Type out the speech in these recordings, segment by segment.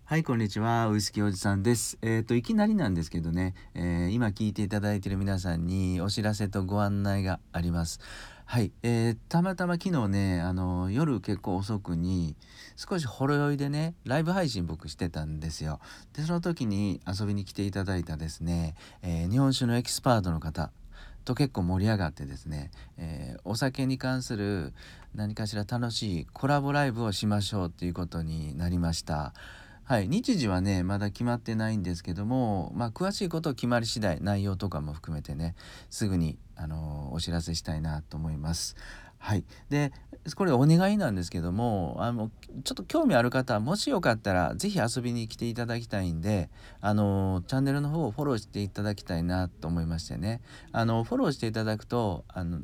はい、こんにちは。ウイスキーおじさんです。いきなりなんですけどね、今聞いていただいている皆さんにお知らせとご案内があります。はい、たまたま昨日ね、夜結構遅くに少しほろ酔いでね、ライブ配信僕してたんですよ。で、その時に遊びに来ていただいたですね、日本酒のエキスパートの方と結構盛り上がってですね、お酒に関する何かしら楽しいコラボライブをしましょうっていうことになりました。はい、日時はね、まだ決まってないんですけども、詳しいことを決まり次第、内容とかも含めてね、すぐに、お知らせしたいなと思います。はい。で、これお願いなんですけども、ちょっと興味ある方、もしよかったら、ぜひ遊びに来ていただきたいんで、チャンネルの方をフォローしていただきたいなと思いましてね。フォローしていただくと、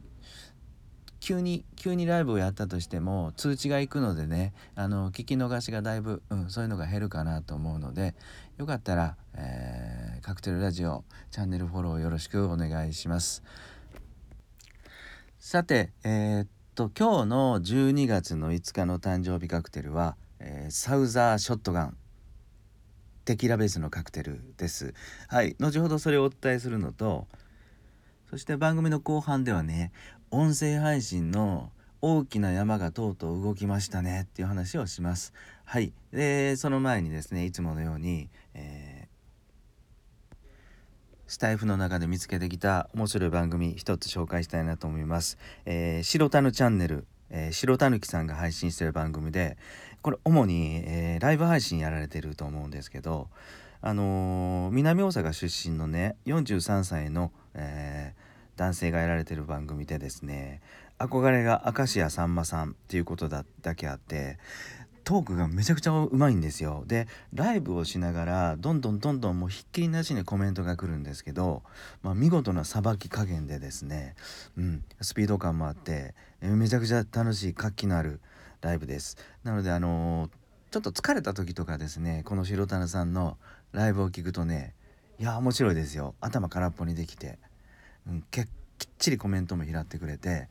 急にライブをやったとしても通知が行くのでね、聞き逃しがだいぶ、そういうのが減るかなと思うので、よかったら、カクテルラジオチャンネルフォローよろしくお願いします。さて、今日の12月の5日の誕生日カクテルは、サウザーショットガンテキーラベースのカクテルです。はい、後ほどそれをお伝えするのと、そして番組の後半ではね、音声配信の大きな山がとうとう動きましたねっていう話をします。はい。で、その前にですね、いつものように、スタイフの中で見つけてきた面白い番組一つ紹介したいなと思います。白タヌチャンネル、白タヌキさんが配信している番組で、これ主に、ライブ配信やられてると思うんですけど、南大阪出身のね43歳の、男性がやられてる番組でですね、憧れが明石家さんまさんっていうことだけあって、トークがめちゃくちゃうまいんですよ。で、ライブをしながらどんどんもうひっきりなしにコメントが来るんですけど、見事なさばき加減でですね、スピード感もあって、めちゃくちゃ楽しい活気のあるライブです。なのでちょっと疲れた時とかですね、この白棚さんのライブを聞くとね、いや面白いですよ。頭空っぽにできて、きっちりコメントも拾ってくれて、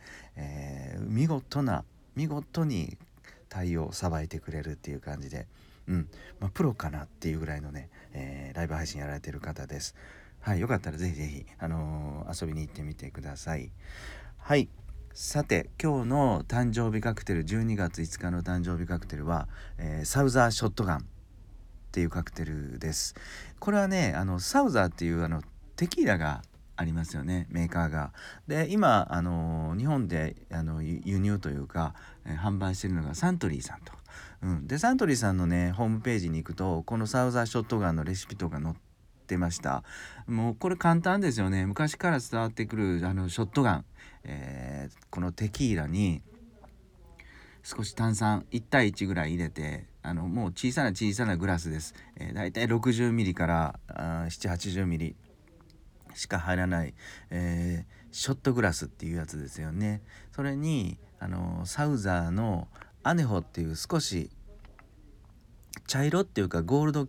見事に対応をさばいてくれるっていう感じで、プロかなっていうぐらいのね、ライブ配信やられてる方です。はい、よかったらぜひぜひ、遊びに行ってみてください。はい。さて、今日の誕生日カクテル、12月5日の誕生日カクテルは、サウザーショットガンっていうカクテルです。これはね、サウザーっていうテキーラがありますよね、メーカーが。で、今日本で輸入というか、販売してるのがサントリーさんと。でサントリーさんのねホームページに行くと、このサウザーショットガンのレシピとか載ってました。もうこれ簡単ですよね。昔から伝わってくるショットガン、このテキーラに少し炭酸1対1ぐらい入れて、もう小さなグラスです。だいたい60ミリから7、80ミリしか入らない、ショットグラスっていうやつですよね。それにサウザーのアネホっていう少し茶色っていうかゴールド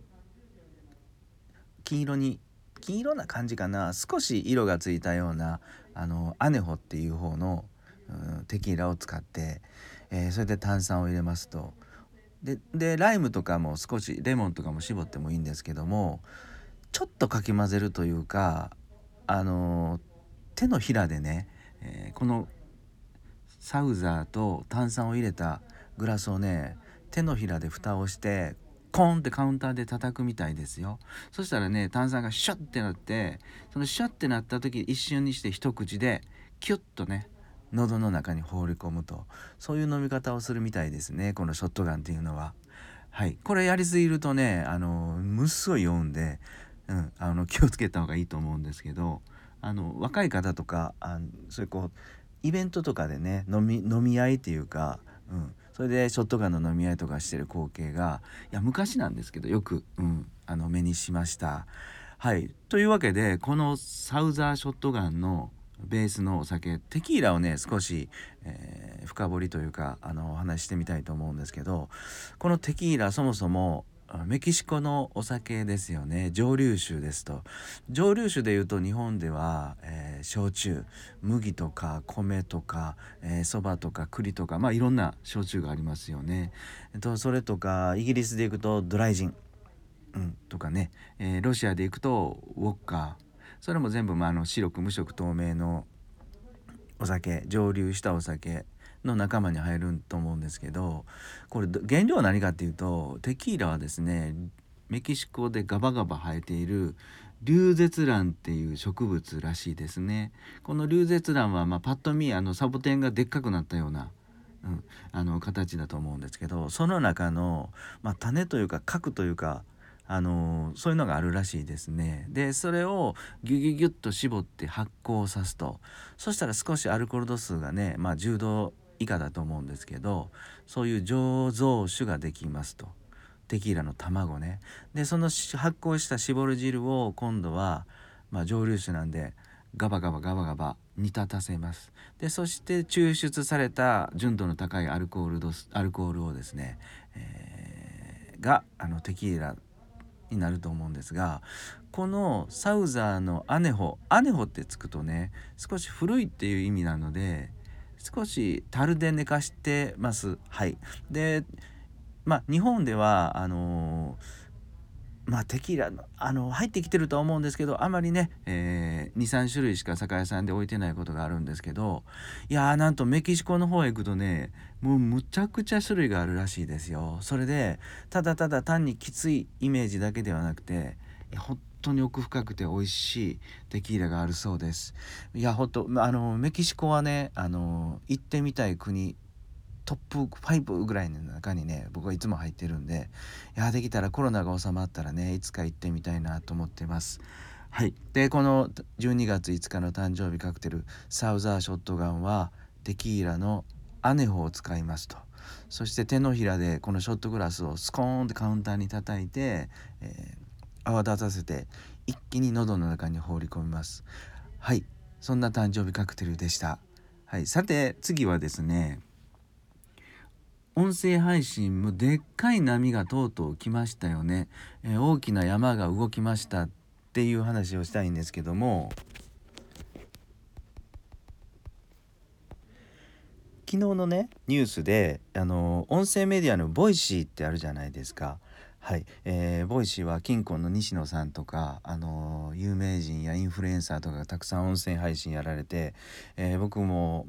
金色な感じかな、少し色がついたようなアネホっていう方の、テキーラを使って、それで炭酸を入れますと、でライムとかも少しレモンとかも絞ってもいいんですけども、ちょっとかき混ぜるというか、手のひらでね、このサウザーと炭酸を入れたグラスをね、手のひらで蓋をしてコーンってカウンターで叩くみたいですよ。そしたらね、炭酸がシュッってなって、そのシュッってなった時一瞬にして一口でキュッとね、喉の中に放り込むと、そういう飲み方をするみたいですね、このショットガンっていうのは。はい、これやりすぎるとね、むっすごい酔うんで、気をつけた方がいいと思うんですけど、若い方とかそういうイベントとかでね、飲み合いっていうか、それでショットガンの飲み合いとかしてる光景が、いや昔なんですけどよく、目にしました。はい、というわけで、このサウザーショットガンのベースのお酒テキーラをね少し、深掘りというかお話ししてみたいと思うんですけど、このテキーラそもそもメキシコのお酒ですよね。蒸留酒ですと。蒸留酒でいうと日本では、焼酎、麦とか米とかそば、とか栗とか、いろんな焼酎がありますよね。それとかイギリスでいうとドライジン、 とかね、ロシアで行くとウォッカ、それも全部、白く無色透明のお酒、蒸留したお酒の仲間に入ると思うんですけど、これ原料は何かっていうと、テキーラはですね、メキシコでガバガバ生えているリュウゼツランっていう植物らしいですね。このリュウゼツランは、パッと見サボテンがでっかくなったような、形だと思うんですけど、その中の、種というか核というか、そういうのがあるらしいですね。でそれをギュギュギュッと絞って発酵さすと、そしたら少しアルコール度数がね、10度以下だと思うんですけど、そういう醸造酒ができますと。テキーラの卵ね。でその発酵した搾り汁を今度は、蒸留酒なんでガバガバガバガバ煮立たせます。でそして抽出された純度の高いアルコールをですね、がテキーラになると思うんですが、このサウザーのアネホってつくとね、少し古いっていう意味なので、少し樽で寝かしてます。はい。で日本ではテキーラ入ってきてるとは思うんですけど、あまりね、2,3種類しか酒屋さんで置いてないことがあるんですけど、いやー、なんとメキシコの方へ行くとね、もうむちゃくちゃ種類があるらしいですよ。それでただただ単にきついイメージだけではなくて、本当に奥深くて美味しいテキーラがあるそうです。いや本当メキシコはね、行ってみたい国トップ5ぐらいの中にね、僕はいつも入ってるんで、いやできたらコロナが収まったらね、いつか行ってみたいなと思ってます。はい。でこの12月5日の誕生日カクテルサウザーショットガンはテキーラのアネホを使いますと。そして手のひらでこのショットグラスをスコーンってカウンターに叩いて、泡立たせて一気に喉の中に放り込みます。はい。そんな誕生日カクテルでした。はい。さて次はですね、音声配信もでっかい波がとうとう来ましたよね。大きな山が動きましたっていう話をしたいんですけども、昨日のねニュースで音声メディアのボイシーってあるじゃないですか。はい、ボイシーは金婚の西野さんとか有名人やインフルエンサーとかがたくさん音声配信やられて、僕も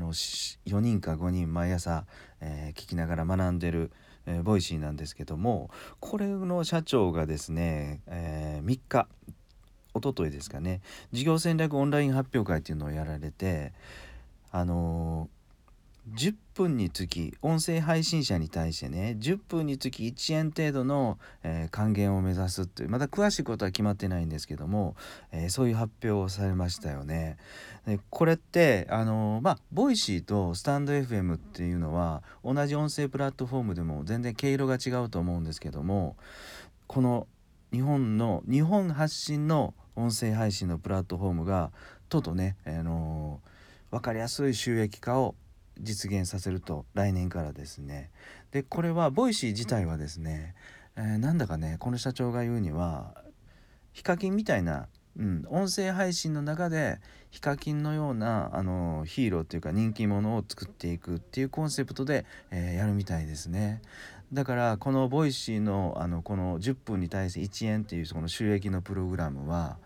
4人か5人毎朝、聞きながら学んでる、ボイシーなんですけども、これの社長がですね、3日一昨日ですかね、事業戦略オンライン発表会っていうのをやられて、10分につき音声配信者に対してね、10分につき1円程度の、還元を目指すという、まだ詳しいことは決まってないんですけども、そういう発表をされましたよね。でこれってボイシーとスタンド FM っていうのは同じ音声プラットフォームでも全然毛色が違うと思うんですけども、この日本発信の音声配信のプラットフォームがとうとうね、分かりやすい収益化を実現させると、来年からですね。でこれはボイシー自体はですね、なんだかね、この社長が言うにはヒカキンみたいな、音声配信の中でヒカキンのようなヒーローっていうか人気者を作っていくっていうコンセプトで、やるみたいですね。だからこのボイシーのこの10分に対して1円っていうその収益のプログラムは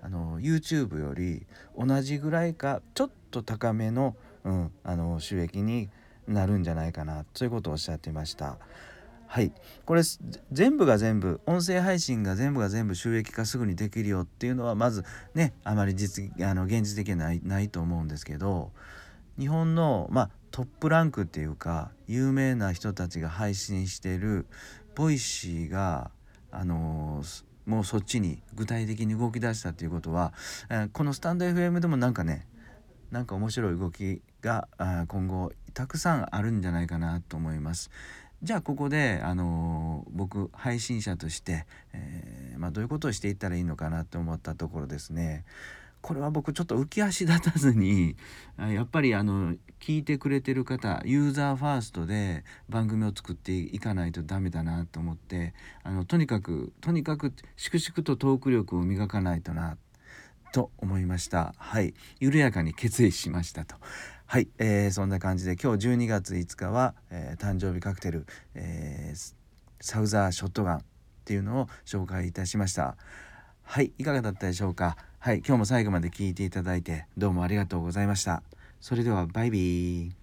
YouTube より同じぐらいかちょっと高めの、収益になるんじゃないかな、そういうことをおっしゃってました。はい。これ全部が全部音声配信が全部が全部収益化すぐにできるよっていうのはまずね、あまり現実的にはないと思うんですけど、日本のトップランクっていうか有名な人たちが配信しているボイシーがもうそっちに具体的に動き出したっていうことは、このスタンド FM でもなんか面白い動きが今後たくさんあるんじゃないかなと思います。じゃあここで、僕配信者として、どういうことをしていったらいいのかなと思ったところですね。これは僕ちょっと浮き足立たずにやっぱり聞いてくれてる方ユーザーファーストで番組を作っていかないとダメだなと思って、とにかく粛々とトーク力を磨かないとなと思いました。はい、緩やかに決意しましたと。はい、そんな感じで今日12月5日は、誕生日カクテル、サウザーショットガンっていうのを紹介いたしました。はい、いかがだったでしょうか。はい、今日も最後まで聞いていただいてどうもありがとうございました。それではバイビー。